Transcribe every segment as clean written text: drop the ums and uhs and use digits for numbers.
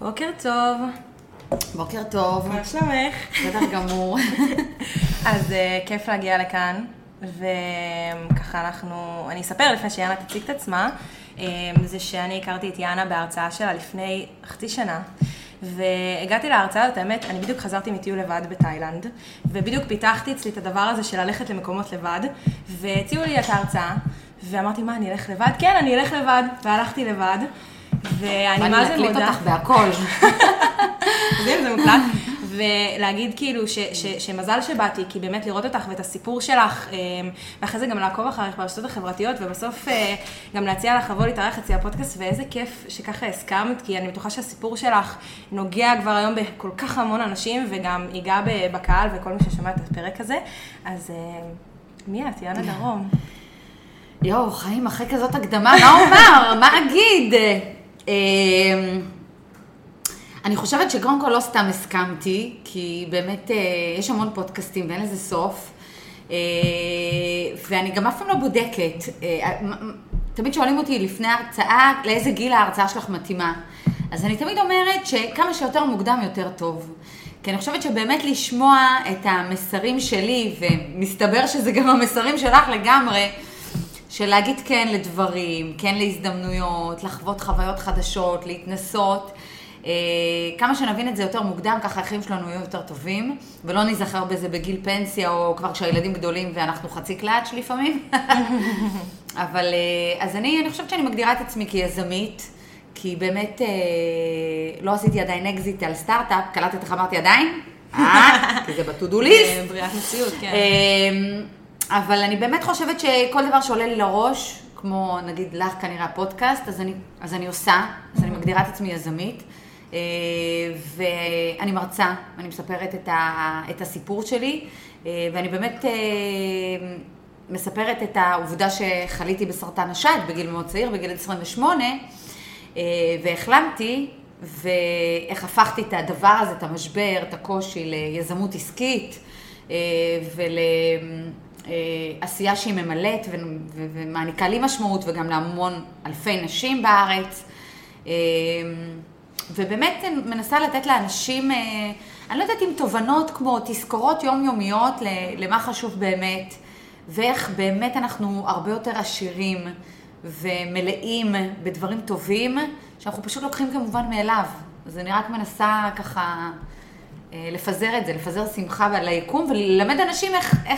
בוקר טוב. בוקר טוב. מה שלומך? בסדר גמור. אז כיף להגיע לכאן, וככה אני אספר לפני שיאנה תציג את עצמה, זה שאני הכרתי את יאנה בהרצאה שלה לפני חצי שנה, והגעתי להרצאה הזאת, האמת, אני בדיוק חזרתי מטיול לבד בתאילנד, ובדיוק פיתחתי אצלי את הדבר הזה של ללכת למקומות לבד, והציעו לי את ההרצאה, ואמרתי, מה, אני אלך לבד? כן, אני אלך לבד, והלכתי לבד. ואני מה זה מודה. נקליט אותך בהכל. זה מוקלט. ולהגיד כאילו שמזל שבאתי, כי באמת לראות אותך ואת הסיפור שלך, ואחרי זה גם לעקוב אחריך ברשתות החברתיות, ובסוף גם להציע לך לבוא להתארח אצלי הפודקאסט, ואיזה כיף שככה הסכמת, כי אני בטוחה שהסיפור שלך נוגע כבר היום בכל כך המון אנשים, וגם ייגע בקהל וכל מי ששומע את הפרק הזה. אז מי את? יאנה דרום. יואו, חיים, אחרי כזאת הקדמה, מה אומר? מה אגיד? אני חושבת שקודם כל לא סתם הסכמתי, כי באמת יש המון פודקאסטים ואין לזה סוף, ואני גם אף פעם לא בודקת. תמיד שואלים אותי לפני ההרצאה, לאיזה גיל ההרצאה שלך מתאימה. אז אני תמיד אומרת שכמה שיותר מוקדם יותר טוב. כי אני חושבת שבאמת לשמוע את המסרים שלי, ומסתבר שזה גם המסרים שלך לגמרי, של להגיד כן לדברים, כן להזדמנויות, לחוות חוויות חדשות, להתנסות. כמה שנבין את זה יותר מוקדם, ככה החיים שלנו יהיו יותר טובים, ולא נזכר בזה בגיל פנסיה, או כבר כשהילדים גדולים ואנחנו חצי קלאץ' לפעמים. אבל, אז אני חושבת שאני מגדירה את עצמי כיזמית, כי באמת לא עשיתי עדיין אקזיט על סטארט-אפ, קלטת איך אמרתי עדיין? כי זה ב-to-do list. בריאת מציאות, כן. אבל אני באמת חושבת שכל דבר שעולה לי לראש, כמו נגיד לך כנראה הפודקאסט, אז אני עושה, אז אני מגדירה את עצמי יזמית, ואני מרצה, אני מספרת את הסיפור שלי, ואני באמת מספרת את העובדה שחליתי בסרטן השד בגיל מאוד צעיר, בגיל 28, והחלמתי, ואיך הפכתי את הדבר הזה, את המשבר, את הקושי ליזמות עסקית, עשייה שהיא ממלאת ומעניקה לי משמעות, וגם להמון אלפי נשים בארץ. ובאמת מנסה לתת לאנשים, אני לא יודעת אם תובנות כמו תזכורות יומיומיות למה חשוב באמת, ואיך באמת אנחנו הרבה יותר עשירים ומלאים בדברים טובים, שאנחנו פשוט לוקחים כמובן מאליו. אז אני רק מנסה ככה לפזר את זה, לפזר שמחה ליקום, וללמד אנשים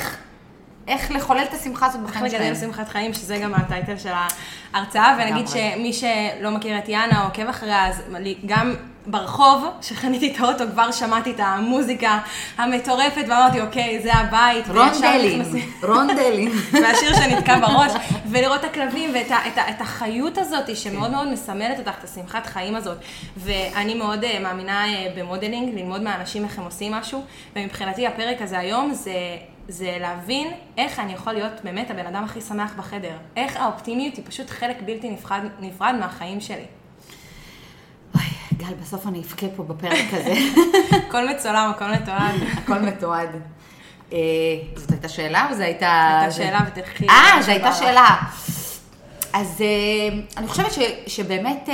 איך לחולל את השמחה הזאת בחיים שלהם. איך לגדל שמחת חיים, שזה גם הטייטל של ההרצאה, ונגיד שמי שלא מכיר את יאנה או עוקב אחריה, אז גם ברחוב, שחניתי את האוטו, כבר שמעתי את המוזיקה המטורפת, ואמרתי, אוקיי, זה הבית. רונדלים. והשיר שנתקע בראש, ולראות את הכלבים, ואת החיות הזאת, שמאוד מאוד מסמלת אותך, את השמחת חיים הזאת. ואני מאוד מאמינה במודלינג, ללמוד מהאנשים איך הם עושים משהו, ומבחינתי הפרק הזה היום זה להבין איך אני יכול להיות באמת הבן אדם הכי שמח בחדר. איך האופטימיות היא פשוט חלק בלתי נפרד מהחיים שלי. אוי, גל, בסוף אני אפקה פה בפרק הזה. הכל מצולם, הכל מתועד. הכל מתועד. זאת הייתה שאלה או זה הייתה... הייתה שאלה ותלכי... זו הייתה שאלה. אז אני חושבת שבאמת...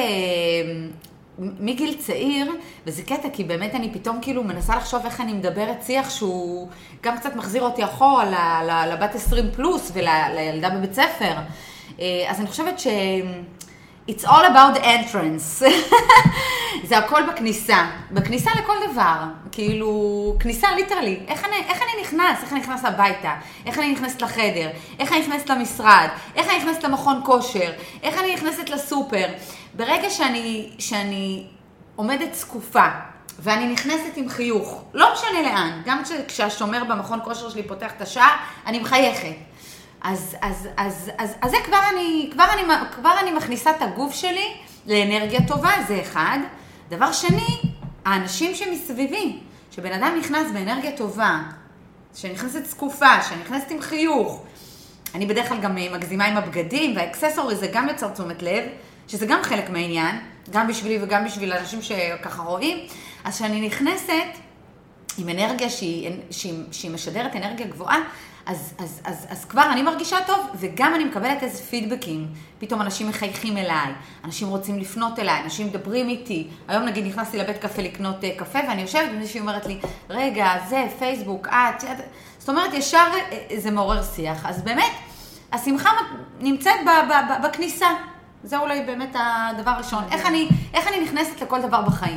מגיל צעיר, וזה קטע, כי באמת אני פתאום כאילו מנסה לחשוב איך אני מדברת שיח שהוא גם קצת מחזיר אותי אחורה לבת 20 פלוס ולילדה בבית ספר. אז אני חושבת it's all about entrance. זה הכל בכניסה לכל דבר. כאילו, כניסה ליטרלי. איך אני נכנס? איך אני נכנס הביתה? איך אני נכנסת לחדר? איך אני נכנסת למשרד? איך אני נכנסת למכון כושר? איך אני נכנסת לסופר? ברגע שאני עומדת זקופה, ואני נכנסת עם חיוך, לא משנה לאן, גם כשהשומר במכון כושר שלי פותח את השער, אני מחייכת. אז זה כבר אני מכניסה את הגוף שלי לאנרגיה טובה, זה אחד. דבר שני, האנשים שמסביבי, שבן אדם נכנס באנרגיה טובה, שנכנסת זקופה, שנכנסת עם חיוך, אני בדרך כלל גם מגזימה עם הבגדים, והאקססורי זה גם יוצר תשומת לב, שזה גם חלק מהעניין, גם בשבילי וגם בשביל אנשים שככה רואים. אז כשאני נכנסת, עם אנרגיה שהיא משדרת אנרגיה גבוהה, אז כבר אני מרגישה טוב, וגם אני מקבלת איזה פידבקים. פתאום אנשים מחייכים אליי, אנשים רוצים לפנות אליי, אנשים מדברים איתי. היום נגיד נכנסתי לבית קפה לקנות קפה, ואני יושבת ומישהי אומרת לי, רגע, זה פייסבוק, זאת אומרת, ישר זה מעורר שיח. אז באמת, השמחה נמצאת בכניסה. זה אולי באמת הדבר הראשון. איך אני נכנסת לכל דבר בחיים?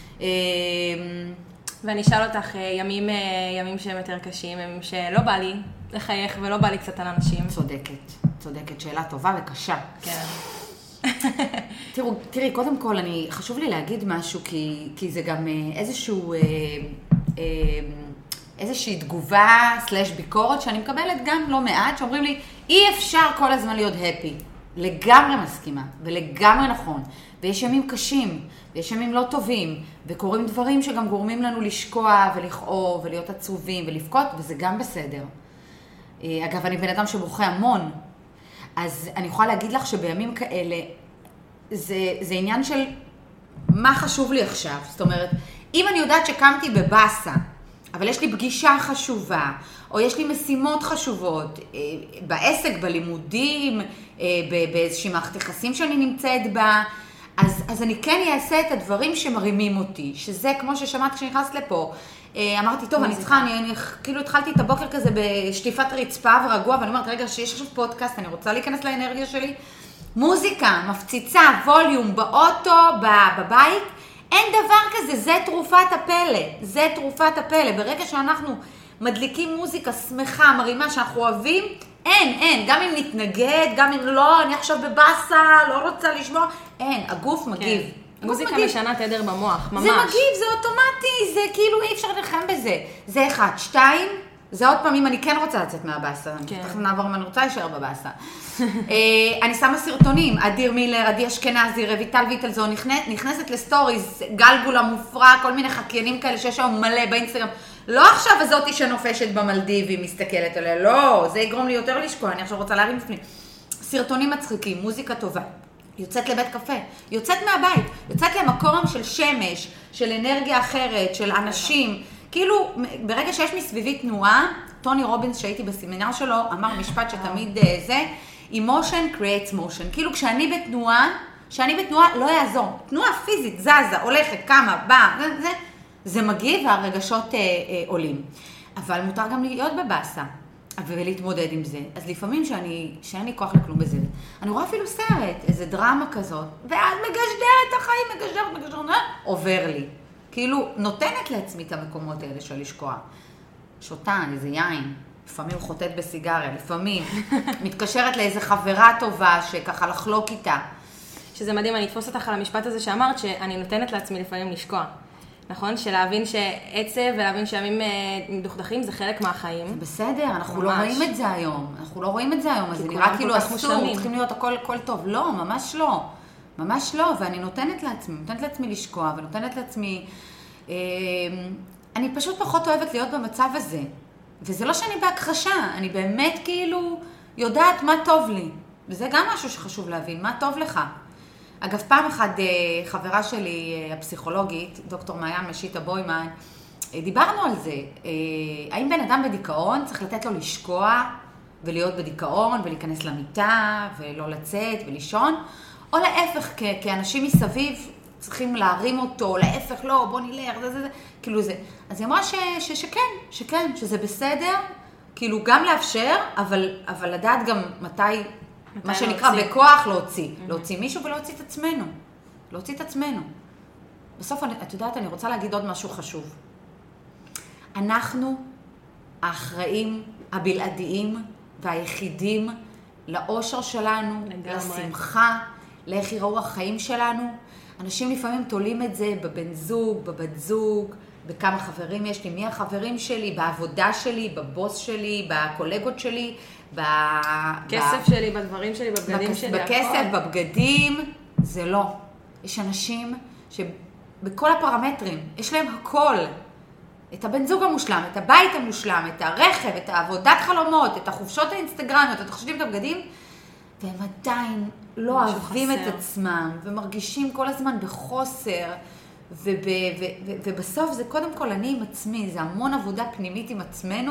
ואני אשאל אותך, ימים שהם יותר קשים, ימים שלא בא לי לחייך ולא בא לי קצת על אנשים. צודקת, שאלה טובה וקשה. כן. תראי, קודם כל, חשוב לי להגיד משהו, כי זה גם איזושהי תגובה / ביקורת שאני מקבלת גם לא מעט, שאומרים לי, אי אפשר כל הזמן להיות הפי. לגמרי מסכימה, ולגמרי נכון. ויש ימים קשים, ויש ימים לא טובים, וקורים דברים שגם גורמים לנו לשקוע ולכאוב, ולהיות עצובים ולבכות, וזה גם בסדר. אגב, אני בן אדם שבוכה המון, אז אני יכולה להגיד לך שבימים כאלה, זה עניין של מה חשוב לי עכשיו. זאת אומרת, אם אני יודעת שקמתי בבאסה, אבל יש לי פגישה חשובה, או יש לי משימות חשובות, בעסק, בלימודים, באיזושהי מערכת יחסים שאני נמצאת בה, אז אני כן אעשה את הדברים שמרימים אותי, שזה כמו ששמעת כשנכנסת לפה. אמרתי, טוב, אני צריכה, אני כאילו התחלתי את הבוקר כזה בשטיפת רצפה ורגוע, ואני אומרת, רגע, שיש עכשיו פודקאסט, אני רוצה להיכנס לאנרגיה שלי. מוזיקה, מפציצה, ווליום, באוטו, בבית, אין דבר כזה, זה תרופת הפלא, זה תרופת הפלא. ברגע שאנחנו מדליקים מוזיקה שמחה, מרימה, שאנחנו אוהבים, אין, גם אם נתנגד, גם אם לא, אני עכשיו בבאסה, לא רוצה לשמוע, אין, הגוף מגיב. מוזיקה משנה תדר במוח, ממש. זה מגיב, זה אוטומטי, זה כאילו אי אפשר ללחם בזה. זה 1, 2, זה עוד פעם אם אני כן רוצה לצאת מהבאסה. תכף נעבור אם אני רוצה להישאר בבאסה. אני שמה סרטונים, אדיר מילר, עדי אשכנזי, רויטל ויטלזון, נכנסת לסטוריז, גלגולה מופרע, כל מיני חקיינים כאלה שיש שם מלא באינסטגרם. לא עכשיו הזאתי שנופשת במלדיבים, מסתכלת עליה, לא, זה יגרום לי יותר לשקוע, אני עכשיו רוצה להרים בפנים. סרטונים מצחיקים, מוזיקה טובה. יוצאת לבית קפה, יוצאת מהבית, יוצאת למקום של שמש, של אנרגיה אחרת, של אנשים. כאילו, ברגע שיש מסביבי תנועה, טוני רובינס שהייתי בסמינר שלו, אמר משפט שתמיד זה, emotion creates motion. כאילו, כשאני בתנועה לא יעזור. תנועה פיזית, זזה, הולכת, קמה, באה, זה מגיב והרגשות עולים. אבל מותר גם להיות בבאסה. ולהתמודד עם זה. אז לפעמים שאין לי כוח לכלום בזה, אני רואה אפילו סרט, איזה דרמה כזאת, ואז מגשדר את החיים, עובר לי. כאילו, נותנת לעצמי את המקומות האלה של לשקוע. שותה, איזה יין, לפעמים חוטאת בסיגריה, לפעמים מתקשרת לאיזה חברה טובה שככה לחלוק איתה. שזה מדהים, אני אתפוס אותך על המשפט הזה שאמרת, שאני נותנת לעצמי לפעמים לשקוע. נכון? שלהבין שעצב ולהבין שימים מדוכדכים זה חלק מהחיים. זה בסדר, אנחנו לא רואים את זה היום. אז זה נראה כאילו אסור, צריכים להיות הכל טוב. לא, ממש לא. ממש לא, ואני נותנת לעצמי לשקוע, ונותנת לעצמי... אני פשוט פחות אוהבת להיות במצב הזה. וזה לא שאני בהכחשה, אני באמת כאילו יודעת מה טוב לי. וזה גם משהו שחשוב להבין, מה טוב לך. אגב, פעם אחת חברה שלי, הפסיכולוגית, דוקטור מעיין משיטה בוימן, דיברנו על זה. האם בן אדם בדיכאון צריך לתת לו לשקוע ולהיות בדיכאון ולהיכנס למיטה ולא לצאת ולישון, או להפך, כאנשים מסביב צריכים להרים אותו, להפך, לא, בוא נלך, זה, כאילו זה. אז היא אמרה שכן, שזה בסדר, כאילו גם לאפשר, אבל לדעת גם מתי מה שנקרא בכוח להוציא מישהו ולהוציא את עצמנו. בסוף, את יודעת, אני רוצה להגיד עוד משהו חשוב. אנחנו האחראים, הבלעדיים והיחידים לאושר שלנו, לשמחה, לאיך יראו החיים שלנו. אנשים לפעמים תולים את זה בבן זוג, בבת זוג, בכמה חברים יש לי, מי החברים שלי, בעבודה שלי, בבוס שלי, בקולגות שלי, בכסף שלי, בדברים שלי, בבגדים שלי. בכסף, בבגדים, זה לא. יש אנשים שבכל הפרמטרים, יש להם הכל. את הבן זוג המושלם, את הבית המושלם, את הרכב, את העבודת חלומות, את החופשות האינסטגרמיות, את החשודים, את הבגדים, והם עדיין לא אוהבים את עצמם, ומרגישים כל הזמן בחוסר, ובסוף זה קודם כל אני עם עצמי, זה המון עבודה פנימית עם עצמנו,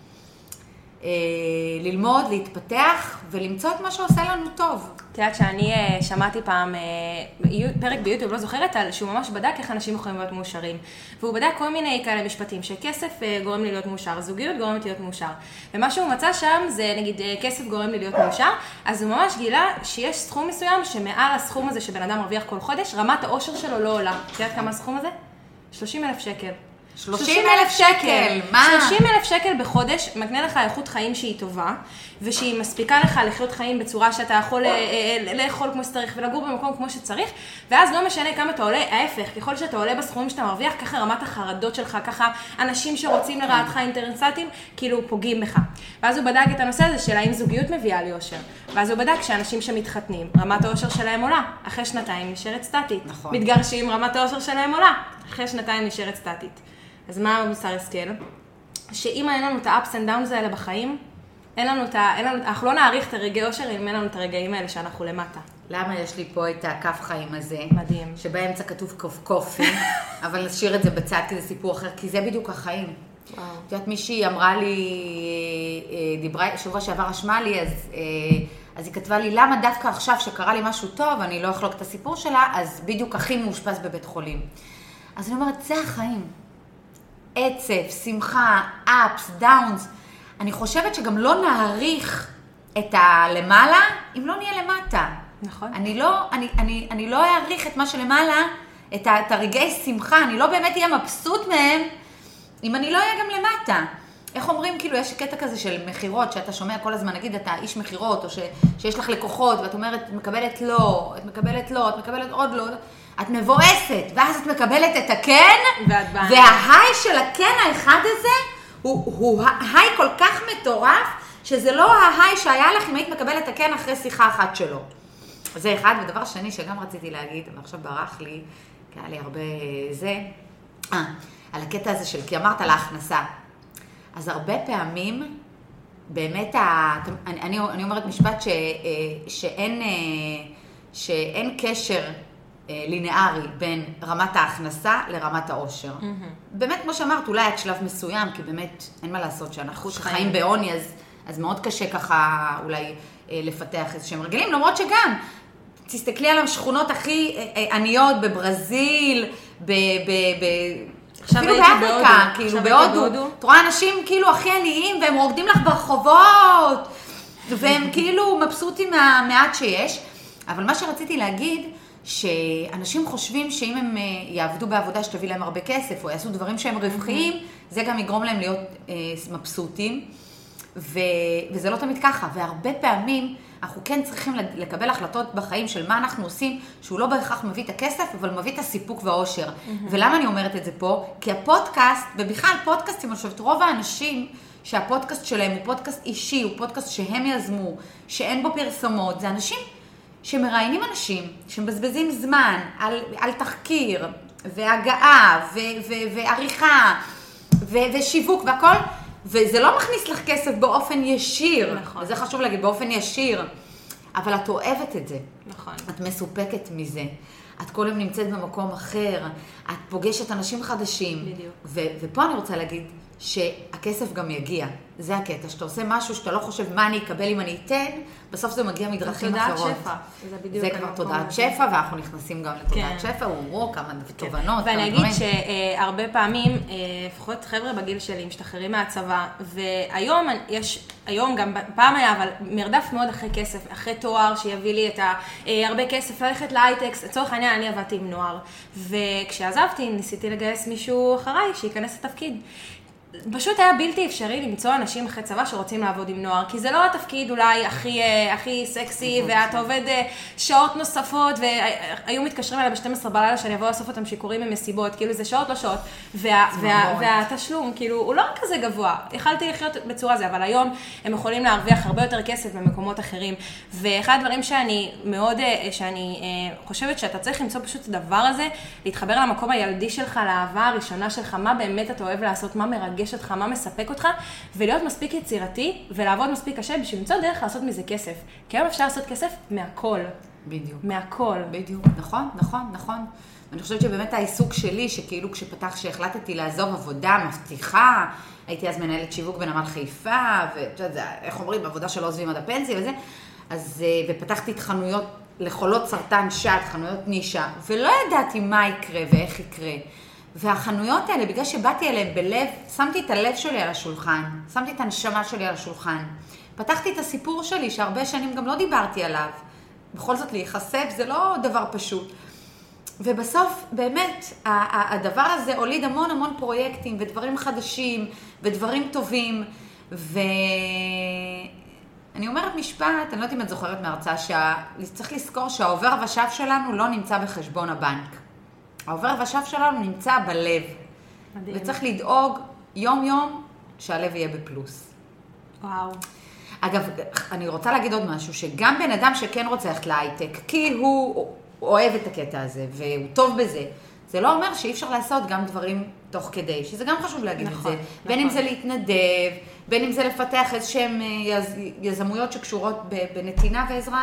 ללמוד, להתפתח ולמצוא את מה שעושה לנו טוב. את יודעת שאני שמעתי פעם פרק ביוטיוב, לא זוכרת, שהוא ממש בדק איך אנשים יכולים להיות מאושרים. והוא בדק כל מיני כאלה משפטים, שכסף גורם לי להיות מאושר, זוגיות גורמת להיות מאושר. ומה שהוא מצא שם זה, נגיד, כסף גורם לי להיות מאושר, אז הוא ממש גילה שיש סכום מסוים שמעל הסכום הזה שבן אדם מרוויח כל חודש, רמת האושר שלו לא עולה. את יודעת כמה הסכום הזה? 30,000 שקל. 30,000 שקל, מה? 30,000 שקל בחודש מקנה לך איכות חיים שהיא טובה, ושהיא מספיקה לך לחיות חיים בצורה שאתה יכול לאכול כמו שצריך ולגור במקום כמו שצריך, ואז לא משנה כמה אתה עולה, ההפך, ככל שאתה עולה בסכומים שאתה מרוויח, ככה רמת החרדות שלך, ככה אנשים שרוצים לרעתך אינטרסנטים, כאילו פוגעים בך. ואז הוא בדק את הנושא הזה של האם זוגיות מביאה לי אושר. ואז הוא בדק שאנשים שמתחתנים, רמת האושר שלהם עולה, אחרי שנתיים נשארת סטטית. נכון. מתגרשים, רמת האושר שלהם עולה, אחרי שנתיים נשארת סטטית. אז מה מוסר השכל? שאם אין לנו את ה-ups and downs האלה בחיים, אנחנו לא נעריך את הרגעי אושר אם אין לנו את הרגעים האלה שאנחנו למטה. למה יש לי פה את הכף חיים הזה? מדהים. שבאמצע כתוב קופי, אבל נשאיר את זה בצד כי זה סיפור אחר, כי זה בדיוק החיים. וואו. את יודעת, מישהי אמרה לי, דיברה, שבוע שעבר רשמה לי, אז היא כתבה לי, למה דווקא עכשיו שקרה לי משהו טוב, אני לא אחלוק את הסיפור שלה, אז בדיוק הכי מאושפז בבית חולים. אז אני אומרת, זה החיים. עצב, שמחה, ups, downs. אני חושבת שגם לא נעריך את הלמעלה, אם לא נהיה למטה. נכון. אני לא אעריך את מה שלמעלה, את הרגעי שמחה, אני לא באמת אהיה מבסוט מהם, אם אני לא אהיה גם למטה. איך אומרים, כאילו, יש קטע כזה של מחירות, שאתה שומע כל הזמן, נגיד, אתה איש מחירות, או שיש לך לקוחות, ואת אומרת, את מקבלת לא, את מקבלת לא, את מקבלת עוד לא, את מבואסת, ואז את מקבלת את הכן, וההיי של הכן האחד הזה, הוא ההיי כל כך מטורף, שזה לא ההיי שהיה לך אם היית מקבלת את הכן אחרי שיחה אחת שלו. זה אחד, ודבר שני שגם רציתי להגיד, ועכשיו ברח לי, כי היה לי הרבה זה, על הקטע הזה של, כי אמרת להכנסה. אז הרבה פעמים, באמת, אני אומרת משפט שאין קשר לינארי בין רמת ההכנסה לרמת העושר. באמת, כמו שאמרת, אולי עד שלב מסוים, כי באמת אין מה לעשות שאנחנו שחיים בעוני, אז מאוד קשה ככה אולי לפתח איזשהם רגלים, למרות שגם, תסתכלי על השכונות הכי עניות בברזיל, אפילו באפריקה, כאילו בהודו, את רואה אנשים כאילו הכי עניים, והם רוקדים לך ברחובות, והם כאילו מבסוטים מהמעט שיש. אבל מה שרציתי להגיד, שאנשים חושבים שאם הם יעבדו בעבודה שתביא להם הרבה כסף, או יעשו דברים שהם רווחיים, זה גם יגרום להם להיות מבסוטים, וזה לא תמיד ככה. והרבה פעמים אנחנו כן צריכים לקבל החלטות בחיים של מה אנחנו עושים, שהוא לא בהכרח מביא את הכסף, אבל מביא את הסיפוק והאושר. ולמה אני אומרת את זה פה? כי הפודקאסט, ובכלל פודקאסטים, אני חושבת, רוב האנשים שהפודקאסט שלהם הוא פודקאסט אישי, הוא פודקאסט שהם יזמו, שאין בו פרסומות, זה אנשים שמראיינים אנשים, שמבזבזים זמן על תחקיר, והגעה, ועריכה, ושיווק והכל, וזה לא מכניס לך כסף באופן ישיר. נכון. וזה חשוב להגיד, באופן ישיר. אבל את אוהבת את זה. נכון. את מסופקת מזה. את כל יום נמצאת במקום אחר. את פוגשת אנשים חדשים. בדיוק. ופה אני רוצה להגיד שהכסף גם יגיע. זה הקטע. שאתה עושה משהו שאתה לא חושב מה אני אקבל אם אני אתן, בסוף זה מגיע מדרכים אחרות. תודעת שפע. זה כבר תודעת שפע, ואנחנו נכנסים גם לתודעת שפע, אומרו כמה תובנות. ואני אגיד שהרבה פעמים, לפחות חבר'ה בגיל שלי, משתחררים מהצבא, והיום גם פעם היה, אבל מרדף מאוד אחרי כסף, אחרי תואר שיביא לי את הרבה כסף, ללכת להייטקס. לצורך העניין, אני עבדתי עם נוער, וכשעזבתי, ניסיתי לגייס מישהו אחריי שייכנס לתפקיד. פשוט היה בלתי אפשרי למצוא אנשים אחרי צבא שרוצים לעבוד עם נוער, כי זה לא התפקיד אולי הכי סקסי, ואתה עובד שעות נוספות, והיו מתקשרים אליי ב-12 בלילה שאני אבוא לאסוף אותם שיכורים ממסיבות, כאילו זה שעות לא שעות, והתשלום, כאילו, הוא לא כזה גבוה. יכלתי לחיות בצורה זה, אבל היום הם יכולים להרוויח הרבה יותר כסף במקומות אחרים, ואחד הדברים שאני חושבת שאתה צריך למצוא פשוט את הדבר הזה, להתחבר למקום הילדי שלך, לאהבה הראשונה שלך, מה באמת אתה אוהב לעשות, מה מרגש אותך, מה מספק אותך, ולהיות מספיק יצירתי, ולעבוד מספיק קשה, בשביל למצוא דרך לעשות מזה כסף. כי היום אפשר לעשות כסף מהכל. בדיוק. מהכל. בדיוק. נכון, נכון, נכון. ואני חושבת שבאמת העיסוק שלי, שכאילו כשהחלטתי לעזוב עבודה מבטיחה, הייתי אז מנהלת שיווק בנמל חיפה, ואיך אומרים, עבודה שלא עוזבים עד הפנסיה וזה, אז, ופתחתי את חנויות לחולות סרטן שד, חנויות נישה, ולא ידעתי מה יקרה ואיך יקרה. והחנויות האלה, בגלל שבאתי אליהם בלב, שמתי את הלב שלי על השולחן, שמתי את הנשמה שלי על השולחן, פתחתי את הסיפור שלי, שהרבה שנים גם לא דיברתי עליו. בכל זאת להיחשף זה לא דבר פשוט. ובסוף, באמת, הדבר הזה הוליד המון המון פרויקטים, ודברים חדשים, ודברים טובים, ואני אומרת משפט, אני לא יודעת אם את זוכרת מההרצאה, צריך לזכור שהעובר ושב שלנו לא נמצא בחשבון הבנק. העובר ושב שלנו נמצא בלב. מדהים. וצריך לדאוג יום-יום שהלב יהיה בפלוס. וואו. אגב, אני רוצה להגיד עוד משהו, שגם בן אדם שכן רוצה ללכת להייטק, כי הוא אוהב את הקטע הזה, והוא טוב בזה, זה לא אומר שאי אפשר לעשות גם דברים תוך כדי, שזה גם חשוב להגיד את זה. בין אם זה להתנדב, בין אם זה לפתח איזשהם יזמויות שקשורות בנתינה ועזרה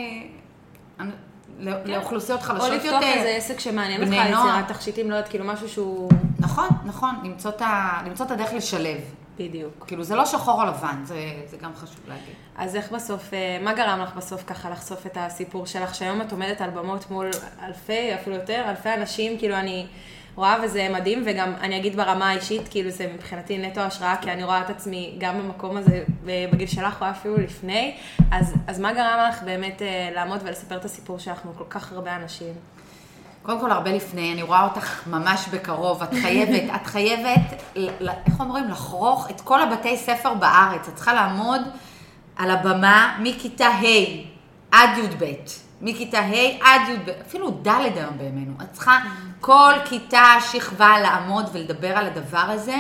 לאוכלוסיות חלשות יותר. או לפתוח איזה עסק שמעניין אותך, יצירת תכשיטים, לא יודעת, כאילו משהו שהוא... נכון, למצוא את הדרך לשלב. בדיוק. כאילו זה לא שחור או לבן, זה גם חשוב להגיד. אז איך בסוף, מה גרם לך בסוף ככה לחשוף את הסיפור שלך, שהיום את עומדת על במות מול אלפי, אפילו יותר, אלפי אנשים, כאילו אני רואה וזה מדהים, וגם אני אגיד ברמה האישית, כאילו זה מבחינתי נטו השראה, כי אני רואה את עצמי גם במקום הזה, בגיל שלך, או אפילו לפני, אז מה גרם לך באמת לעמוד ולספר את הסיפור שלך מול כל כך הרבה אנשים? קודם כל הרבה לפני, אני רואה אותך ממש בקרוב, את חייבת, איך אומרים, לחרוך את כל הבתי ספר בארץ, את צריכה לעמוד על הבמה מכיתה ה' עד י"ב, מכיתה ה' עד י"ב, אפילו ד' היום בימינו, את צריכה כל כיתה שכבה לעמוד ולדבר על הדבר הזה,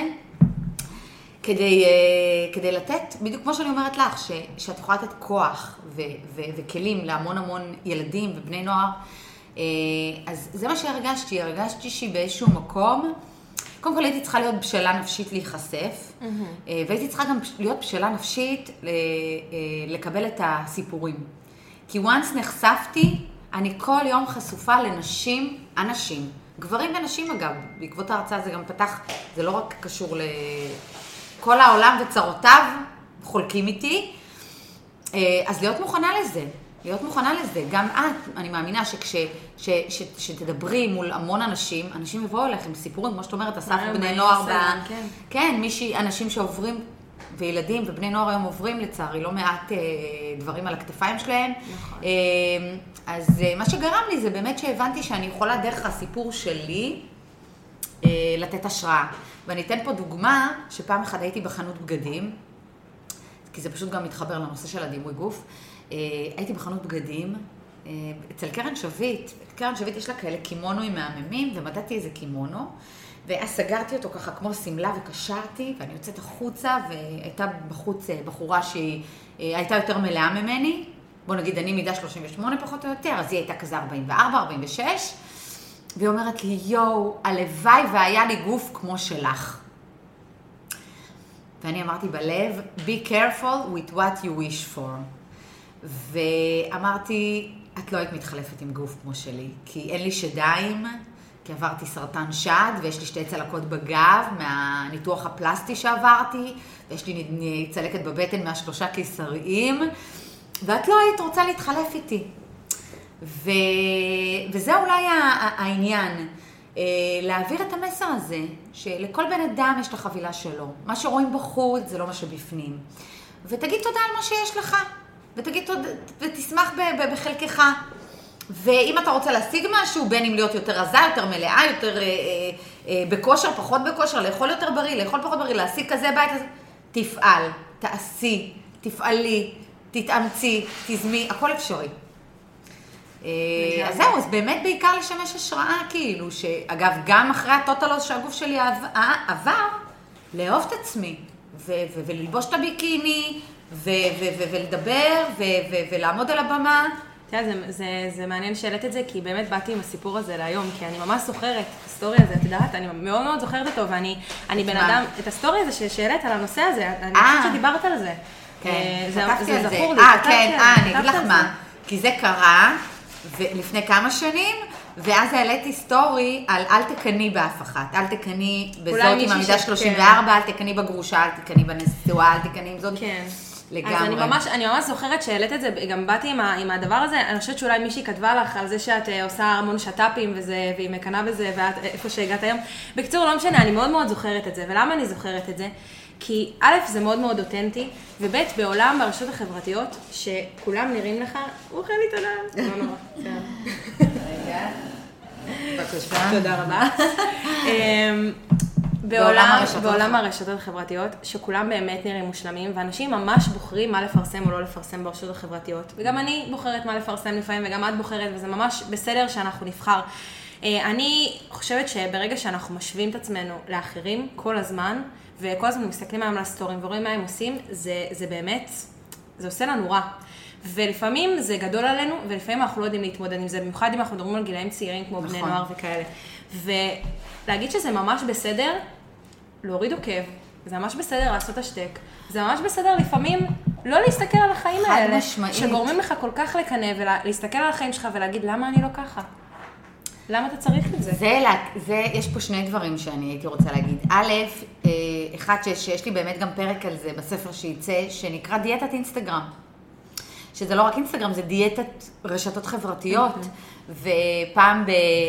כדי לתת, בדיוק כמו שאני אומרת לך, שאת יכולה לתת כוח וכלים להמון המון ילדים ובני נוער, אז זה מה הרגשתי שבאיזשהו מקום, קודם כל הייתי צריכה להיות בשלה נפשית להיחשף, והייתי צריכה גם להיות בשלה נפשית לקבל את הסיפורים. כי once נחשפתי, אני כל יום חשופה אנשים, גברים ונשים אגב, בעקבות ההרצאה זה גם פתח, זה לא רק קשור לכל העולם וצרותיו, חולקים איתי, אז להיות מוכנה לזה. גם את, אני מאמינה שתדברי מול המון אנשים יבואו אליכם סיפורים, כמו שאת אומרת, אסף בני נוער, כן, אנשים שעוברים, וילדים ובני נוער היום עוברים לצערי, לא מעט דברים על הכתפיים שלהם. אז מה שגרם לי זה באמת שהבנתי שאני יכולה דרך הסיפור שלי לתת השראה. ואני אתן פה דוגמה שפעם אחת הייתי בחנות בגדים, כי זה פשוט גם מתחבר לנושא של הדימוי גוף. הייתי בחנות בגדים אצל קרן שביט. קרן שביט יש לה כאלה קימונוים מהממים, ומדעתי איזה קימונו, ואז סגרתי אותו ככה כמו סמלה וקשרתי, ואני יוצאת החוצה, והייתה בחוץ בחורה שהיא הייתה יותר מלאה ממני, בוא נגיד אני מידה 38 פחות או יותר, אז היא הייתה כזה 44, 46, והיא אומרת לי, יואו, הלוואי והיה לי גוף כמו שלך. ואני אמרתי בלב, be careful with what you wish for. ואמרתי, את לא היית מתחלפת עם גוף כמו שלי, כי אין לי שדיים, כי עברתי סרטן שד, ויש לי 2 צלקות בגב מהניתוח הפלסטי שעברתי, ויש לי צלקת בבטן מה3 קיסריים, ואת לא היית רוצה להתחלף איתי. וזה אולי העניין, להעביר את המסר הזה, שלכל בן אדם יש את החבילה שלו. מה שרואים בחוץ זה לא מה שבפנים. ותגיד תודה על מה שיש לך, ותשמח בחלקך. ואם אתה רוצה להשיג משהו, בין אם להיות יותר רזה, יותר מלאה, יותר בכושר, פחות בכושר, לאכול יותר בריא, לאכול פחות בריא, להשיג כזה בית, תפעל, תעשי, תפעלי, תתאמצי, תזמי, הכל אפשרי. אז זהו, אז באמת בעיקר לשמש השראה, כאילו, שאגב, גם אחרי הטוטלוס שהגוף שלי עבר, לאהוב את עצמי, וללבוש את הביקיני, ולדבר, ולעמוד על הבמה. זה מעניין שאלת את זה, כי באמת באתי עם הסיפור הזה להיום, כי אני ממש זוכרת את הסטורי הזה, את יודעת, אני מאוד מאוד זוכרת אותו, ואני בן אדם, את הסטורי הזה ששאלת על הנושא הזה, אני חושבת שדיברת על זה. כן, כתבתי על זה. כן, אני אגיד לך מה, כי זה קרה, ולפני כמה שנים, ואז העליתי סטורי על אל תקני באף אחת, אל תקני בזאת עם המידה 34, אל תקני בגרושה, אל תקני בנשואה, אל תקני עם זאת. כן. לגמרי. אז אני ממש זוכרת שהעלית את זה, גם באתי עם הדבר הזה, אני חושבת שאולי מישהי כתבה לך על זה שאת עושה המון שטאפים והיא מקנה בזה, ואיפה שהגעת היום. בקיצור, לא משנה, אני מאוד מאוד זוכרת את זה, ולמה אני זוכרת את זה? כי א', זה מאוד מאוד אותנטי, וב', בעולם ברשתות החברתיות, שכולם נראים לך, הוא חייב לי תודה. לא נורא. רגע. בבקשה. תודה רבה. בעולם הרשתות החברתיות, שכולם באמת נראים מושלמים, ואנשים ממש בוחרים מה לפרסם או לא לפרסם ברשתות החברתיות. וגם אני בוחרת מה לפרסם לפעמים, וגם את בוחרת, וזה ממש בסדר שאנחנו נבחר. אני חושבת שברגע שאנחנו משווים את עצמנו לאחרים כל הזמן, וכל הזמן מסתכלים עליהם לסטורים ורואים מה הם עושים, זה באמת, זה עושה לנו רע. ולפעמים זה גדול עלינו, ולפעמים אנחנו לא יודעים להתמודד עם זה, במיוחד אם אנחנו מדברים על גילאים צעירים כמו בני נוער וכאלה. ולהגיד שזה ממש בסדר, להוריד עוקב, זה ממש בסדר לעשות השתק, זה ממש בסדר לפעמים לא להסתכל על החיים האלה, שגורמים לך כל כך לקנה, ולהסתכל על החיים שלך ולהגיד למה אני לא ככה? למה אתה צריך את זה? יש פה שני דברים שאני הייתי רוצה להגיד. א', אחד שיש לי באמת גם פרק על זה בספר שייצא, שנקרא דיאטת אינסטגרם. שזה לא רק אינסטגרם, זה דיאטת רשתות חברתיות. ופעם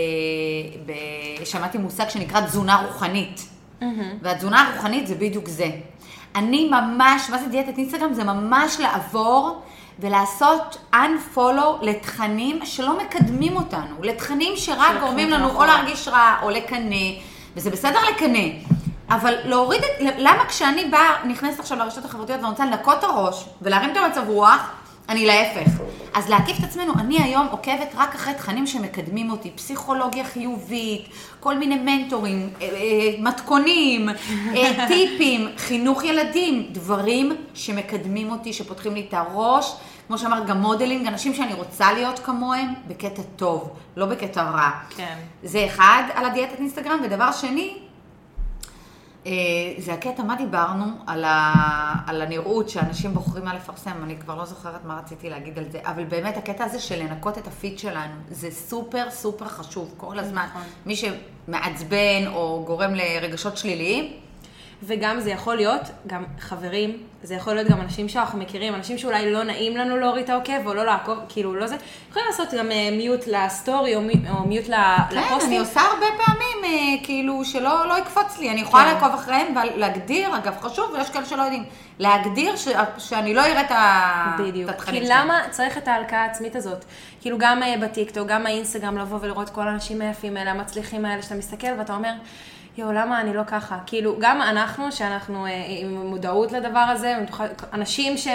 שמעתי מושג שנקרא תזונה רוחנית. והתזונה הרוחנית זה בדיוק זה. אני ממש, מה זה דיאטת אינסטגרם? זה ממש לעבור ולעשות unfollow לתכנים שלא מקדמים אותנו, לתכנים שרק גורמים לנו או להרגיש רע או לקנה, וזה בסדר לקנה, אבל להוריד למה כשאני נכנסת עכשיו לרשתות החברתיות ואני רוצה לנקות את הראש ולהרים את המצב רוח, אני להפך. אז להקיף את עצמנו, אני היום עוקבת רק אחרי תכנים שמקדמים אותי, פסיכולוגיה חיובית, כל מיני מנטורים, מתכונים, טיפים, חינוך ילדים, דברים שמקדמים אותי, שפותחים לי את הראש, כמו שאמר, גם מודלינג, אנשים שאני רוצה להיות כמוהם, בקטע טוב, לא בקטע רע. כן. זה אחד על הדיאטת אינסטגרם, ודבר שני, זה הקטע, מה דיברנו על הנראות שאנשים בוחרים מה לפרסם, אני כבר לא זוכרת מה רציתי להגיד על זה, אבל באמת הקטע הזה של לנקות את הפיד שלנו, זה סופר סופר חשוב כל הזמן. מי שמעצבן או גורם לרגשות שליליים, וגם זה יכול להיות גם חברים, זה יכול להיות גם אנשים שאנחנו מכירים, אנשים שאולי לא נעים לנו להוריד את העוקב או לא לעקוב, כאילו לא זה. יכולים לעשות גם מיוט לסטורי או מיוט לפוסטים. כן, אני עושה הרבה פעמים כאילו שלא יקפוץ לי, אני יכולה לעקוב אחריהם ולהגדיר, אגב חשוב, ויש כאלה שלא יודעים, להגדיר שאני לא אראה את התכנים שלהם. כי למה צריך את ההלקאה העצמית הזאת? כאילו גם בטיקטוק, גם באינסטגרם לבוא ולראות כל האנשים היפים האלה, המצליחים האלה, שאתה מסתכל ואתה אומר, למה אני לא ככה? כאילו, גם אנחנו, שאנחנו עם מודעות לדבר הזה, אנשים שהם,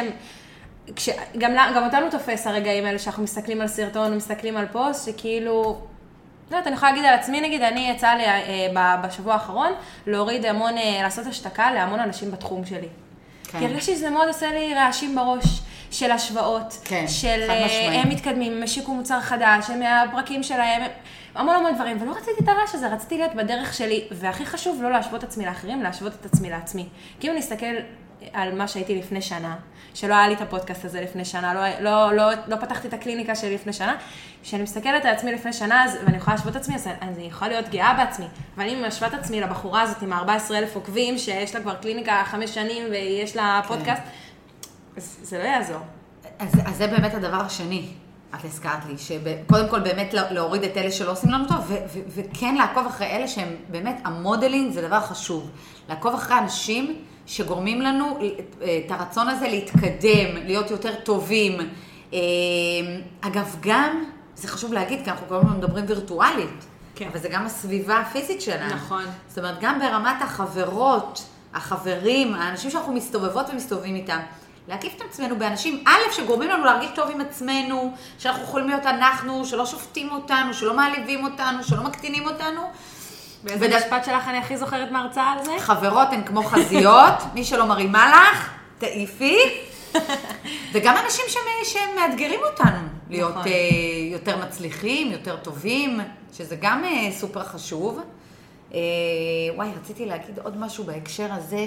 גם אותנו תופס הרגעים האלה, שאנחנו מסתכלים על סרטון, מסתכלים על פוסט, שכאילו, לא, אני יכולה להגיד על עצמי, נגיד, אני יצאה לי בשבוע האחרון, להוריד המון, לעשות השתקה להמון אנשים בתחום שלי. כי הרגשתי שזה מאוד עושה לי רעשים בראש של השוואות, של הם מתקדמים, הם השיקו מוצר חדש, הם הפרקים שלהם, המון דברים, ולא רציתי את הרעש הזה, רציתי להיות בדרך שלי, והכי חשוב לא להשוות את עצמי לאחרים, להשוות את עצמי לעצמי. כי אם אני אסתכל על מה שהייתי לפני שנה, שלא היה לי את הפודקאסט הזה לפני שנה, לא פתחתי את הקליניקה שלי לפני שנה, כשאני מסתכלת על עצמי לפני שנה, ואני יכולה להשוות את עצמי, אז אני יכולה להיות גאה בעצמי. אבל אם משווה את עצמי לבחורה הזאת עם 14,000 עוקבים, שיש לה כבר קליניקה 5 שנים ויש לה פודקאסט, אז זה לא יעזור. אז זה באמת הדבר השני. את הזכרת לי, שקודם כל באמת להוריד את אלה שלא עושים לנו טוב, וכן לעקוב אחרי אלה שהם באמת, המודלינג זה דבר חשוב. לעקוב אחרי אנשים שגורמים לנו את הרצון הזה להתקדם, להיות יותר טובים. אגב, גם, זה חשוב להגיד, כי אנחנו כל הזמן מדברים וירטואלית, כן. אבל זה גם הסביבה הפיזית שלנו. נכון. זאת אומרת, גם ברמת החברות, החברים, האנשים שאנחנו מסתובבות ומסתובבים איתם, להקיף את עצמנו באנשים, א', שגורמים לנו להרגיש טוב עם עצמנו, שאנחנו יכולים להיות אנחנו, שלא שופטים אותנו, שלא מעליבים אותנו, שלא מקטינים אותנו. באיזה משפט שלך אני הכי זוכרת מהרצאה על זה? חברות הן כמו חזיות, מי שלא מרימה לך, תעיפי. וגם אנשים שמאתגרים אותנו, להיות יותר מצליחים, יותר טובים, שזה גם סופר חשוב. וואי, רציתי להגיד עוד משהו בהקשר הזה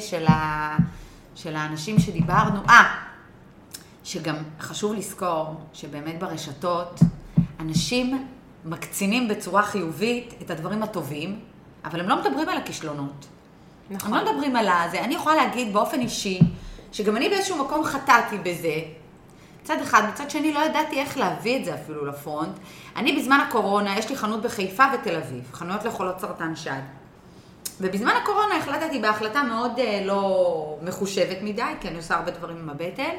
של האנשים שדיברנו, שגם חשוב לזכור שבאמת ברשתות, אנשים מקצינים בצורה חיובית את הדברים הטובים, אבל הם לא מדברים על הכישלונות. נכון. הם לא מדברים על זה. אני יכולה להגיד באופן אישי, שגם אני באיזשהו מקום חטאתי בזה, מצד אחד, מצד שני לא ידעתי איך להביא את זה אפילו לפרונט. אני בזמן הקורונה, יש לי חנות בחיפה ותל אביב, חנויות לחולות סרטן שד. ובזמן הקורונה החלטתי בהחלטה מאוד לא מחושבת מדי, כי אני עושה הרבה דברים עם הבטן,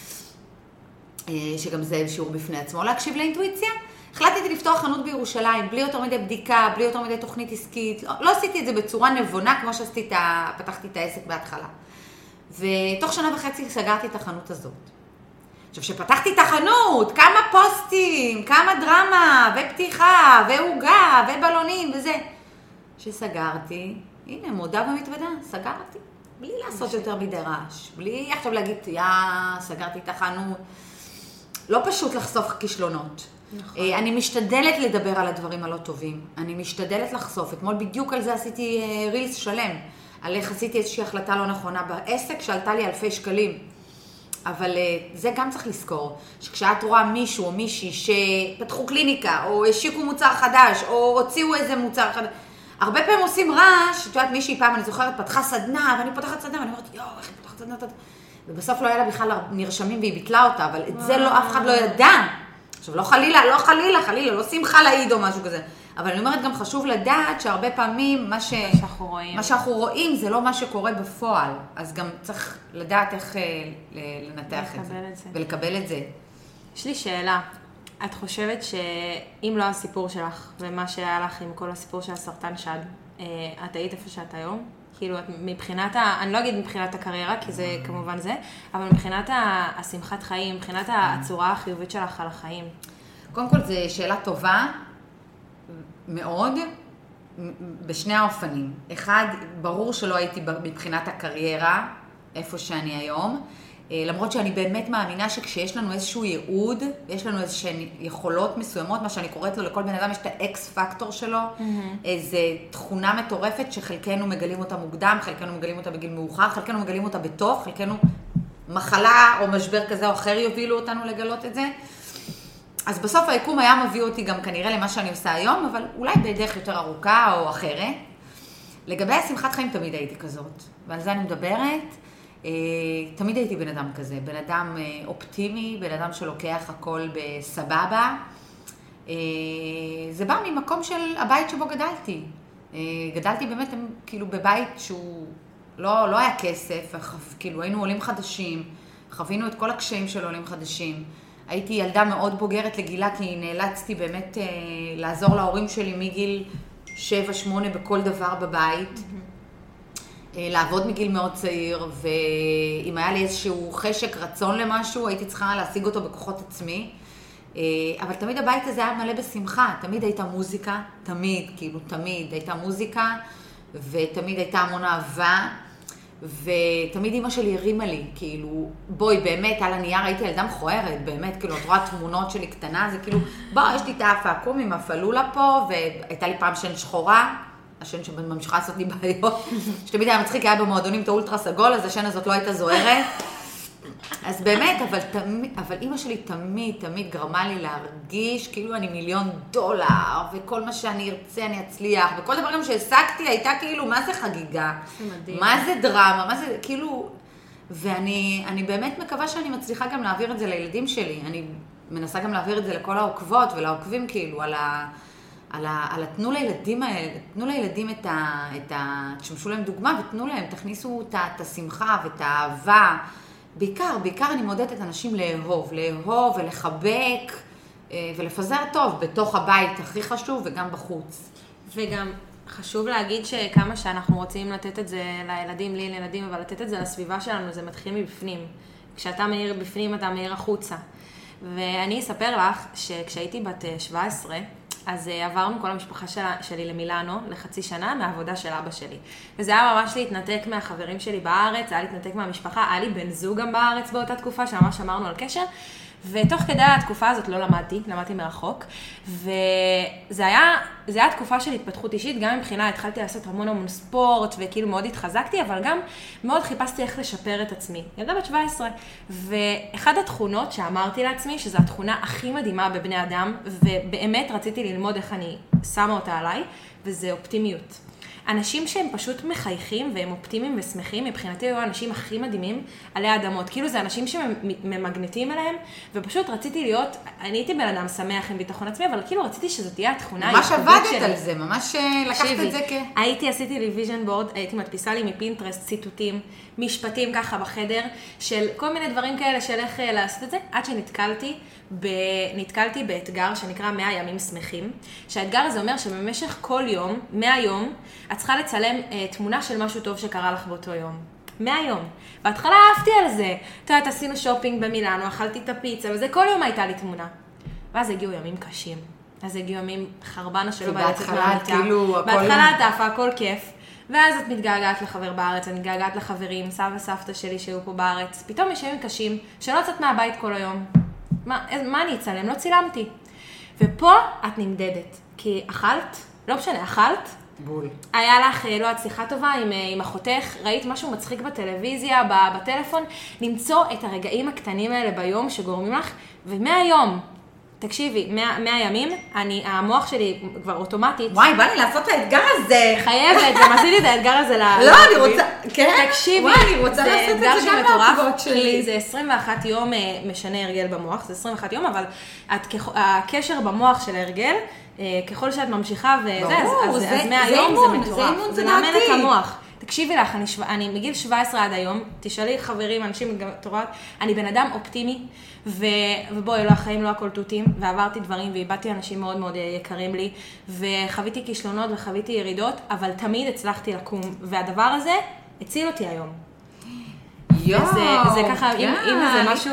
שגם זה שיעור בפני עצמו להקשיב לאינטואיציה. החלטתי לפתוח חנות בירושלים, בלי יותר מדי בדיקה, בלי יותר מדי תוכנית עסקית. לא עשיתי את זה בצורה נבונה, כמו פתחתי את העסק בהתחלה. ותוך שנה וחצי סגרתי את החנות הזאת. עכשיו, שפתחתי את החנות, כמה פוסטים, כמה דרמה, ופתיחה, והוגה, ובלונים, וזה. שסגרתי, הנה, מודה ומתוודה, סגרתי. בלי לעשות יותר מדי רעש. בלי עכשיו להגיד, סגרתי את החנות. לא פשוט לחשוף כישלונות. נכון. אני משתדלת לדבר על הדברים הלא טובים. אני משתדלת לחשוף. אתמול בדיוק על זה עשיתי רילס שלם. על איך עשיתי איזושהי החלטה לא נכונה בעסק, שעלתה לי אלפי שקלים. אבל זה גם צריך לזכור, שכשאת רואה מישהו או מישהי שפתחו קליניקה, או השיקו מוצר חדש, או הוציאו איזה מוצר חדש, הרבה פעמים עושים רעש, את יודעת, מישהי פעם, אני זוכרת, פתחה סדנה, ואני פותחת סדנה, ואני אומרת, איך היא פותחת סדנה? ובסוף לא היה לה בכלל נרשמים והיא ביטלה אותה, אבל את זה לא, אף אחד לא ידע. עכשיו, לא חלילה, לא שמחה להעיד או משהו כזה. אבל אני אומרת, גם חשוב לדעת שהרבה פעמים מה שאנחנו רואים זה לא מה שקורה בפועל. אז גם צריך לדעת איך לנתח את זה. ולקבל את זה. יש לי שאלה. את חושבת שאם לא הסיפור שלך ומה שהיה לך עם כל הסיפור של הסרטן שד, את היית איפה שאת היום? כאילו, מבחינת, אני לא אגיד מבחינת הקריירה, כי זה כמובן זה, אבל מבחינת השמחת חיים, מבחינת הצורה החיובית שלך על החיים. קודם כל, זו שאלה טובה מאוד, בשני האופנים. אחד, ברור שלא הייתי מבחינת הקריירה, איפה שאני היום, למרות שאני באמת מאמינה שכשיש לנו איזשהו ייעוד, יש לנו איזשהן יכולות מסוימות, מה שאני קוראת לו, לכל בן אדם יש את האקס פקטור שלו, איזו תכונה מטורפת שחלקנו מגלים אותה מוקדם, חלקנו מגלים אותה בגיל מאוחר, חלקנו מגלים אותה בתוך, חלקנו מחלה או משבר כזה או אחר יובילו אותנו לגלות את זה. אז בסוף היקום היה מביא אותי גם כנראה למה שאני עושה היום, אבל אולי בדרך יותר ארוכה או אחרת. לגבי השמחת חיים תמיד הייתי כזאת, ועל זה אני מדברת. תמיד הייתי בן אדם כזה, בן אדם אופטימי, בן אדם שלוקח הכל בסבבה. זה בא ממקום של הבית שבו גדלתי. גדלתי באמת כאילו בבית שהוא לא היה כסף, כאילו היינו עולים חדשים, חווינו את כל הקשיים של עולים חדשים. הייתי ילדה מאוד בוגרת לגילה, כי נאלצתי באמת לעזור להורים שלי מגיל 7-8 בכל דבר בבית. לעבוד מגיל מאוד צעיר, ואם היה לי איזשהו חשק רצון למשהו, הייתי צריכה להשיג אותו בכוחות עצמי. אבל תמיד הבית הזה היה מלא בשמחה, תמיד הייתה מוזיקה, תמיד הייתה מוזיקה, ותמיד הייתה המון אהבה, ותמיד אמא שלי הרימה לי, כאילו, בואי, באמת, על הנייר הייתי ילדה מכוערת, באמת, כאילו, את רואה תמונות שלי קטנה, זה כאילו, יש לי את האף העקום עם הפלולה פה, והייתה לי פעם שן שחורה, השן שממשיכה לעשות לי בעיות, שתמיד היה מצחיק, היה במועדונים את האולטרה סגול, אז השן הזאת לא הייתה זוהרת. אז באמת, אבל אמא שלי תמיד גרמה לי להרגיש כאילו אני $1,000,000, וכל מה שאני ארצה אני אצליח, וכל דברים שהעסקתי הייתה כאילו, מה זה חגיגה? מה זה דרמה? מה זה, כאילו, ואני באמת מקווה שאני מצליחה גם להעביר את זה לילדים שלי. אני מנסה גם להעביר את זה לכל העוקבות ולעוקבים כאילו, תנו לילדים האלה, תנו לילדים תשמשו להם דוגמה ותנו להם, תכניסו את השמחה ואת האהבה. בעיקר אני מעודדת את אנשים לאהוב ולחבק ולפזר טוב בתוך הבית הכי חשוב וגם בחוץ. וגם חשוב להגיד שכמה שאנחנו רוצים לתת את זה לילדים, אבל לתת את זה לסביבה שלנו, זה מתחיל מבפנים. כשאתה מאיר בפנים, אתה מאיר החוצה. ואני אספר לך שכשהייתי בת 17, אז עברנו כל המשפחה שלי למילאנו לחצי שנה מהעבודה של אבא שלי. וזה היה ממש להתנתק מהחברים שלי בארץ, היה להתנתק מהמשפחה, היה לי בן זוג גם בארץ באותה תקופה, שממש אמרנו על קשר. ותוך כדי התקופה הזאת לא למדתי מרחוק, וזה היה תקופה של התפתחות אישית, גם מבחינה התחלתי לעשות המון ספורט, וכאילו מאוד התחזקתי, אבל גם מאוד חיפשתי איך לשפר את עצמי. ילדה בת 17, ואחד התכונות שאמרתי לעצמי, שזו התכונה הכי מדהימה בבני אדם, ובאמת רציתי ללמוד איך אני שמה אותה עליי, וזה אופטימיות. אנשים שהם פשוט מחייכים והם אופטימיים ושמחים, מבחינתי היו האנשים הכי מדהימים עלי האדמות. כאילו זה אנשים שממגנטים אליהם, ופשוט רציתי להיות, אני הייתי בן אדם שמח עם ביטחון עצמי, אבל כאילו רציתי שזאת תהיה התכונה ממש עבדת על זה, ממש לקחת את זה עשיתי לי ויז'ן בורד, הייתי מדפיסה לי מפינטרסט ציטוטים, משפטים ככה בחדר, של כל מיני דברים כאלה של איך לעשות את זה, עד שנתקלתי באתגר שנקרא 100 ימים שמחים, שהאתגר הזה אומר שבמשך כל יום, 100 יום, את צריכה לצלם תמונה של משהו טוב שקרה לך באותו יום. 100 יום. בהתחלה אהבתי על זה. אתה יודעת, עשינו שופינג במילאנו, אכלתי את הפיצה, וזה כל יום הייתה לי תמונה. ואז הגיעו ימים קשים. אז הגיעו ימים חרבנה שלא בעצת מהמיטה. בהתחלה את עפה, הכל כיף. ואז את מתגעגעת לחבר בארץ, אני מתגעגעת לחברים, סבא וסבתא שלי שהיו פה בארץ. פתאום יש ימים קשים, שלא יוצאת מהבית כל היום. מה אני אצלם? לא צילמתי. ופה את נמדדת. כי אכלת, לא משנה, אכלת. בול. היה לך, לא יודעת, שיחה טובה עם אחותך, ראית משהו מצחיק בטלוויזיה, בטלפון, למצוא את הרגעים הקטנים האלה ביום שגורמים לך, ומהיום, תקשיבי, 100 ימים, המוח שלי כבר אוטומטית. וואי, בא לי לעשות את האתגר הזה. חייבת, גם עשיתי את האתגר הזה לא, אני רוצה, כן? תקשיבי, וואי, אני רוצה לעשות את זה גם לעקבות שלי. זה 21 יום משנה הרגל במוח, זה 21 יום, אבל הקשר במוח של ההרגל, ככל שאת ממשיכה וזה, אז 100 יום זה מטורף. זה מאמן את המוח. תקשיבי לך, אני מגיל 17 עד היום, תשאלי חברים, אנשים תורת, אני בן אדם אופטימי, ובואי, לא, החיים לא הכל תותים, ועברתי דברים, ואיבדתי אנשים מאוד מאוד יקרים לי, וחוויתי כישלונות וחוויתי ירידות, אבל תמיד הצלחתי לקום, והדבר הזה הציל אותי היום. זה ככה, אם זה משהו...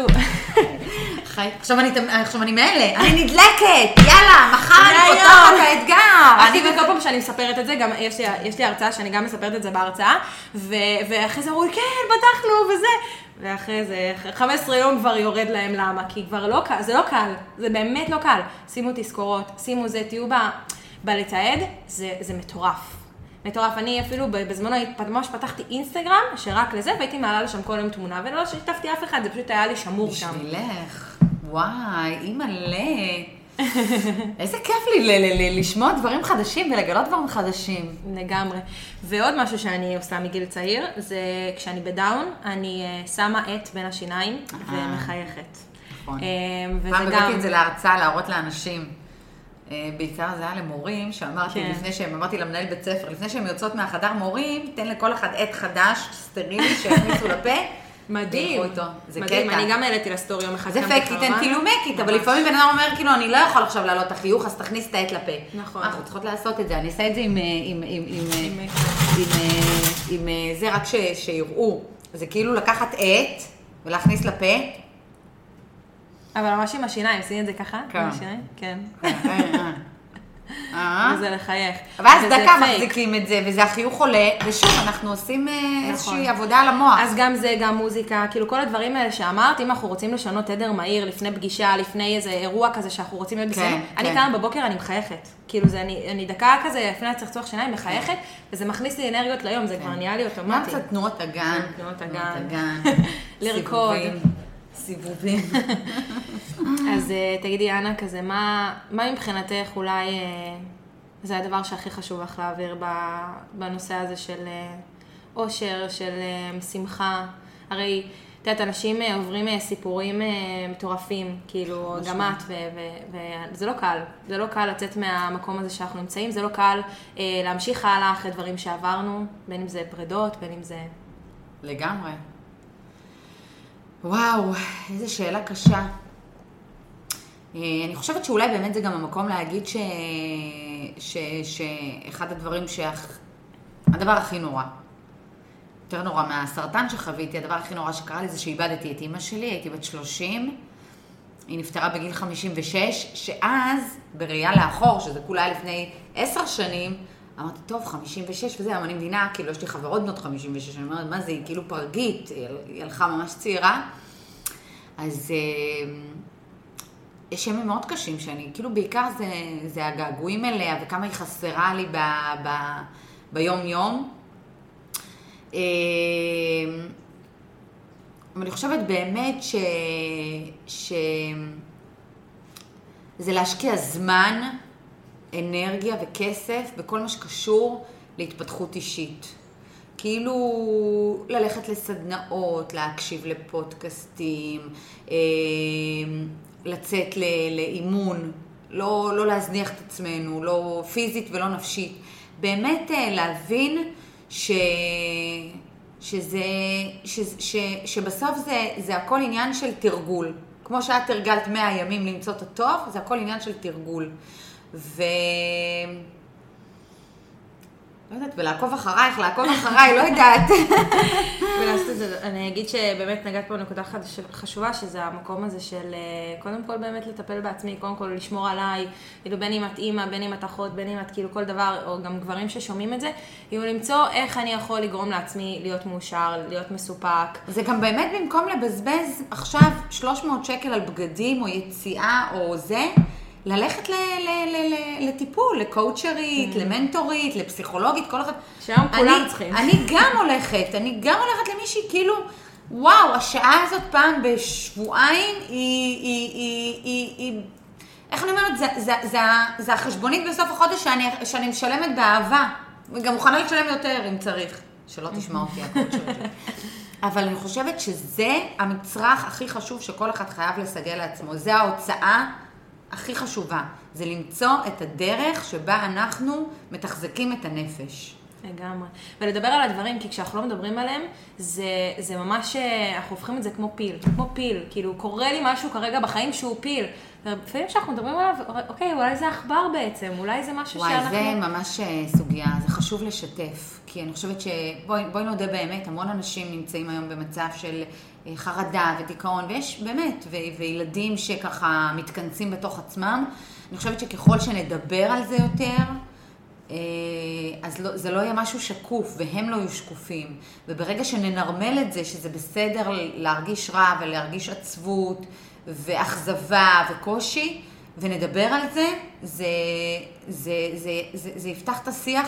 עכשיו אני מאלה, אני נדלקת, יאללה, מחר אני פותחת את האתגר. אני וכל פעם שאני מספרת את זה, גם יש לי הרצאה שאני גם מספרת את זה בהרצאה, ואחרי זה אמרו לי, כן, פתחנו וזה. ואחרי זה, 15 יום כבר יורד להם למה, כי כבר לא קל, זה לא קל, זה באמת לא קל. שימו תזכורות, שימו זה, תהיו בלתעד, זה מטורף. מטורף, אני אפילו בזמנו ממש פתחתי אינסטגרם, שרק לזה, והייתי מעלה לשם כל יום תמונה, ולא שיתפתי אף אחד, זה פשוט היה לי שמור שם. בשבילך, וואי, אימא'לה. איזה כיף לי לשמוע דברים חדשים ולגלות דברים חדשים. לגמרי. ועוד משהו שאני עושה מגיל צעיר, זה כשאני בדאון, אני שמה את בין השיניים ומחייכת. נכון. פעם הבאתי את זה להרצאה, להראות לאנשים. בעיקר זה היה למורים, שאמרתי לפני שהם, אמרתי למנהל בית ספר, לפני שהם יוצאות מהחדר מורים, תן לכל אחד עט חדש, סטרילי, שיכניסו לפה. מדהים, מדהים, אני גם העליתי לסטורי יום אחד. זה פייקית, אין כאילו מקית, אבל לפעמים בן אדם אומר, כאילו, אני לא יכול עכשיו לעלות את החיוך, אז תכניס את העט לפה. נכון. אנחנו צריכות לעשות את זה, אני אעשה את זה עם זה רק שיראו. זה כאילו לקחת עט ולהכניס לפה. אבל ממש עם השיניים, שימי את זה ככה? כן. כן. וזה לחייך. ואז דקה מחזיקים את זה, וזה החיוך עולה, ושוב, אנחנו עושים איזושהי עבודה על המוח. אז גם זה, גם מוזיקה, כאילו כל הדברים האלה שאמרת, אם אנחנו רוצים לשנות תדר מהיר, לפני פגישה, לפני איזה אירוע כזה שאנחנו רוצים להיות בסדר, אני קמה בבוקר, אני מחייכת. כאילו זה, אני דקה כזה, לפני הצחצוח שיניים, מחייכת, וזה מכניס לי אנרגיות ליום, זה כבר נהיה לי אוטומטי. גם קצת תנועות הגן. תנועות הגן. לרקוד. סיבובים. אז תגידי, אנה, כזה, מה מבחינתך אולי זה הדבר שהכי חשוב לך להעביר בנושא הזה של אושר, של שמחה? הרי, את יודעת, אנשים עוברים סיפורים מטורפים, כאילו, גם את, וזה לא קל. זה לא קל לצאת מהמקום הזה שאנחנו נמצאים, זה לא קל להמשיך הלאה אחרי דברים שעברנו, בין אם זה פרדות, בין אם זה... לגמרי. וואו, איזו שאלה קשה. אני חושבת שאולי באמת זה גם המקום להגיד שאחד הדברים הדבר הכי נורא, יותר נורא מהסרטן שחוויתי, הדבר הכי נורא שקרה לי זה שאיבדתי את אמא שלי, הייתי בת 30, היא נפטרה בגיל 56, שאז בראייה לאחור, שזה כולה לפני 10 שנים, אמרתי, טוב, 56 וזה, אבל אני מבינה, כאילו, יש לי חברות בנות 56, אני אומרת, מה זה, היא כאילו פרגית, היא הלכה ממש צעירה. אז יש ימים מאוד קשים שאני, כאילו בעיקר זה הגעגועים אליה וכמה היא חסרה לי ביום יום. אני חושבת באמת זה להשקיע זמן, אנרגיה וכסף בכל מה שקשור להתפתחות אישית. כאילו ללכת לסדנאות, להקשיב לפודקאסטים, לצאת לאימון, לא להזניח את עצמנו, לא פיזית ולא נפשית. באמת להבין שבסוף זה הכל עניין של תרגול. כמו שאת תרגלת 100 ימים למצוא את הטוב, זה הכל עניין של תרגול. לא יודעת, ולעקוב אחרייך, לא יודעת. ולעשות את זה, אני אגיד שבאמת נגעת פה נקודה חשובה, שזה המקום הזה של קודם כל באמת לטפל בעצמי, קודם כל לשמור עליי, כאילו בין אם את אימא, בין אם את אחות, בין אם את כאילו כל דבר, או גם גברים ששומעים את זה, כאילו למצוא איך אני יכול לגרום לעצמי להיות מאושר, להיות מסופק. זה גם באמת במקום לבזבז עכשיו 300 שקל על בגדים או יציאה או זה, ללכת לטיפול, לקואוצ'רית, למנטורית, לפסיכולוגית, כל אחד. שם כולם צריכים. אני גם הולכת למישהי, כאילו, וואו, השעה הזאת פעם בשבועיים, היא איך אני אומרת, זה החשבונית בסוף החודש שאני משלמת באהבה, וגם מוכנה לשלם יותר אם צריך, שלא תשמע אותי הקואוצ'רית. אבל אני חושבת שזה המצרך הכי חשוב שכל אחד חייב לסגל לעצמו, זה ההוצאה הכי חשובה, זה למצוא את הדרך שבה אנחנו מתחזקים את הנפש. לגמרי. ולדבר על הדברים, כי כשאנחנו לא מדברים עליהם, זה ממש, אנחנו הופכים את זה כמו פיל, כאילו קורה לי משהו כרגע בחיים שהוא פיל. לפעמים כשאנחנו מדברים עליו, אוקיי, אולי זה אכבר בעצם, אולי זה משהו שאנחנו... וואי, זה ממש סוגיה, זה חשוב לשתף, כי אני חושבת בואי נודה באמת, המון אנשים נמצאים היום במצב של חרדה ודיכאון, ויש באמת, וילדים שככה מתכנסים בתוך עצמם. אני חושבת שככל שנדבר על זה יותר, אז זה לא יהיה משהו שקוף, והם לא יהיו שקופים. וברגע שננרמל את זה, שזה בסדר להרגיש רע ולהרגיש עצבות ואכזבה וקושי, ונדבר על זה, זה יפתח את השיח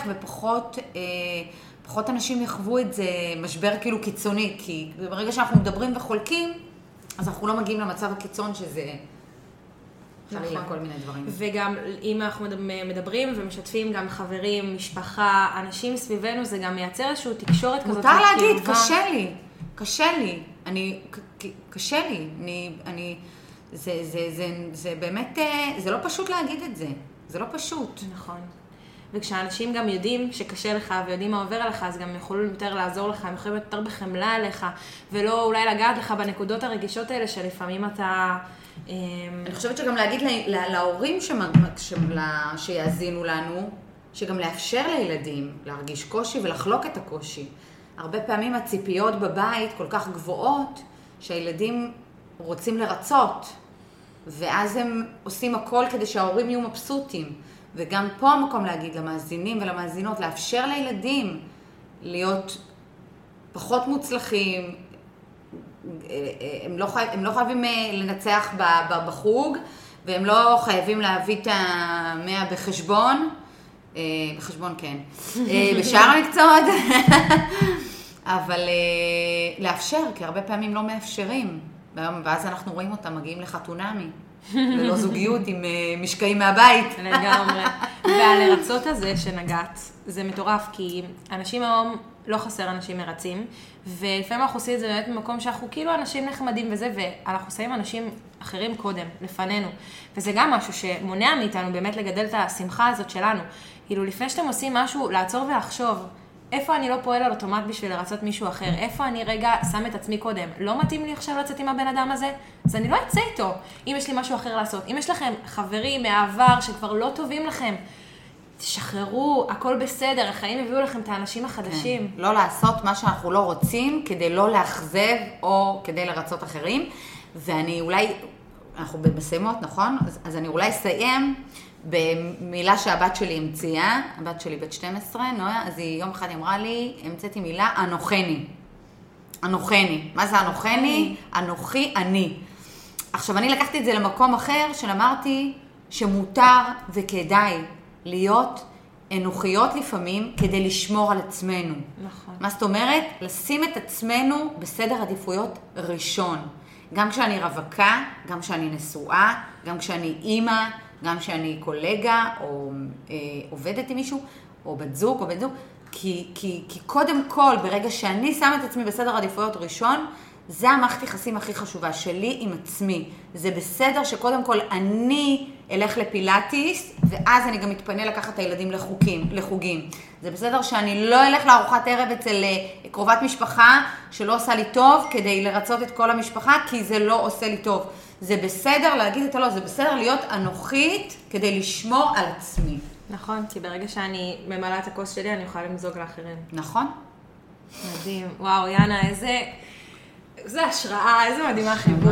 פחות אנשים יחוו את זה משבר כאילו קיצוני, כי ברגע שאנחנו מדברים וחולקים, אז אנחנו לא מגיעים למצב הקיצון שזה חלילה כל מיני דברים. וגם אם אנחנו מדברים ומשתפים גם חברים, משפחה, אנשים סביבנו, זה גם מייצר איזושהי תקשורת כזאת. מותר להגיד, קשה לי. זה באמת, זה לא פשוט להגיד את זה. זה לא פשוט. נכון. וכשאנשים גם יודעים שקשה לך ויודעים מה עובר עליך, אז גם יכולים יותר לעזור לך, הם יכולים יותר בחמלה עליך, ולא אולי לגעת לך בנקודות הרגישות האלה שלפעמים אתה... אני חושבת שגם להגיד להורים שיאזינו לנו, שגם לאפשר לילדים להרגיש קושי ולחלוק את הקושי. הרבה פעמים הציפיות בבית כל כך גבוהות, שהילדים רוצים לרצות, ואז הם עושים הכל כדי שההורים יהיו מבסוטים. וגם פה המקום להגיד למאזינים ולמאזינות, לאפשר לילדים להיות פחות מוצלחים, הם לא חייבים לנצח בחוג, והם לא חייבים להביא את 100 בחשבון כן, בשאר המקצועות, אבל לאפשר, כי הרבה פעמים לא מאפשרים, ואז אנחנו רואים אותם מגיעים לחתונמי. ולא זוגיות עם משקעים מהבית. לגמרי. והלרצות הזה שנגעת, זה מטורף, כי אנשים היום לא חסר אנשים מרצים, ולפעמים אנחנו עושים את זה באמת במקום שאנחנו כאילו אנשים נחמדים וזה, ואנחנו עושים אנשים אחרים קודם, לפנינו. וזה גם משהו שמונע מאיתנו באמת לגדל את השמחה הזאת שלנו. כאילו לפני שאתם עושים משהו, לעצור ולחשוב, איפה אני לא פועל על אוטומט בשביל לרצות מישהו אחר? איפה אני רגע שם את עצמי קודם? לא מתאים לי עכשיו לצאת עם הבן אדם הזה? אז אני לא אצא איתו, אם יש לי משהו אחר לעשות. אם יש לכם חברים מהעבר שכבר לא טובים לכם, תשחררו, הכל בסדר, החיים הביאו לכם את האנשים החדשים. כן. לא לעשות מה שאנחנו לא רוצים כדי לא לאכזב או כדי לרצות אחרים. ואני אולי, אנחנו מסיימות, נכון? אז אני אולי אסיים במילה שהבת שלי המציאה, הבת שלי בת 12, נויה, אז היא יום אחד אמרה לי, המצאתי מילה, אנוכני. מה זה אנוכני? אנוכי, אני. עכשיו, אני לקחתי את זה למקום אחר, שאמרתי שמותר וכדאי להיות אנוכיות לפעמים כדי לשמור על עצמנו. נכון. מה זאת אומרת? לשים את עצמנו בסדר עדיפויות ראשון. גם כשאני רווקה, גם כשאני נשואה, גם כשאני אימא, גם כשאני קולגה או עובדת עם מישהו, או בת זוג או בן זוג. כי קודם כל, ברגע שאני שמה את עצמי בסדר עדיפויות ראשון, זה המערכת יחסים הכי חשובה שלי עם עצמי. זה בסדר שקודם כל אני אלך לפילאטיס, ואז אני גם מתפנה לקחת את הילדים לחוגים. זה בסדר שאני לא אלך לארוחת ערב אצל קרובת משפחה שלא עושה לי טוב, כדי לרצות את כל המשפחה, כי זה לא עושה לי טוב. זה בסדר להגיד את הלא, זה בסדר להיות אנוכית כדי לשמור על עצמי. נכון, כי ברגע שאני ממלאה את הכוס שלי, אני יכולה למזוג לאחרים. נכון? מדהים. וואו, יאנה, איזה השראה, איזה מדהימה חיבוק.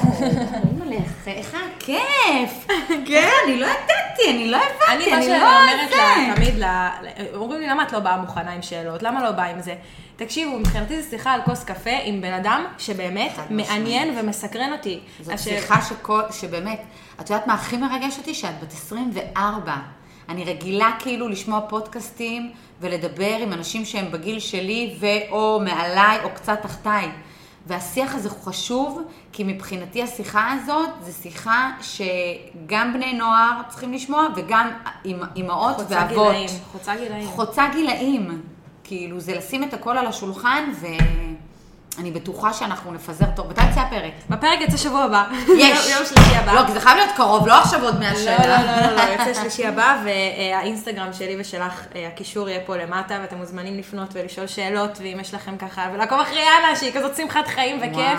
איך כיף. כן, אני לא ידעתי, אני לא הבנתי, אני מה שאומרת לה, תמיד, אומרים לי, למה את לא באה מוכנה עם שאלות? למה לא באה עם זה? תקשיבו, מבחינתי זו שיחה על כוס קפה עם בן אדם שבאמת מעניין ומסקרן אותי. זאת שיחה שבאמת, את יודעת מה הכי מרגש אותי? שאת בת 24. אני רגילה כאילו לשמוע פודקאסטים ולדבר עם אנשים שהם בגיל שלי או מעליי או קצת תחתיי. והשיח הזה הוא חשוב, כי מבחינתי השיחה הזאת זה שיחה שגם בני נוער צריכים לשמוע, וגם אימהות ואבות. חוצה גילאים. כאילו זה לשים את הכל על השולחן, ואני בטוחה שאנחנו נפזר טוב. מתי יצא הפרק? בפרק יצא שבוע הבא. יש. יום שלישי הבא. לא, כי זה חייב להיות קרוב, לא עכשיו עוד 100 שנה. לא, יצא שלישי הבא, והאינסטגרם שלי ושלך, הקישור יהיה פה למטה, ואתם מוזמנים לפנות ולשאול שאלות, ואם יש לכם ככה, ולעקוב אחרי יאנה, שהיא כזאת שמחת חיים וכיף.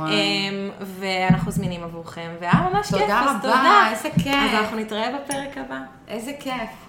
ואנחנו זמינים עבורכם, והיה ממש כיף, אז תודה. תודה רבה, איזה כיף. אז אנחנו נתראה בפרק הבא. איזה כיף.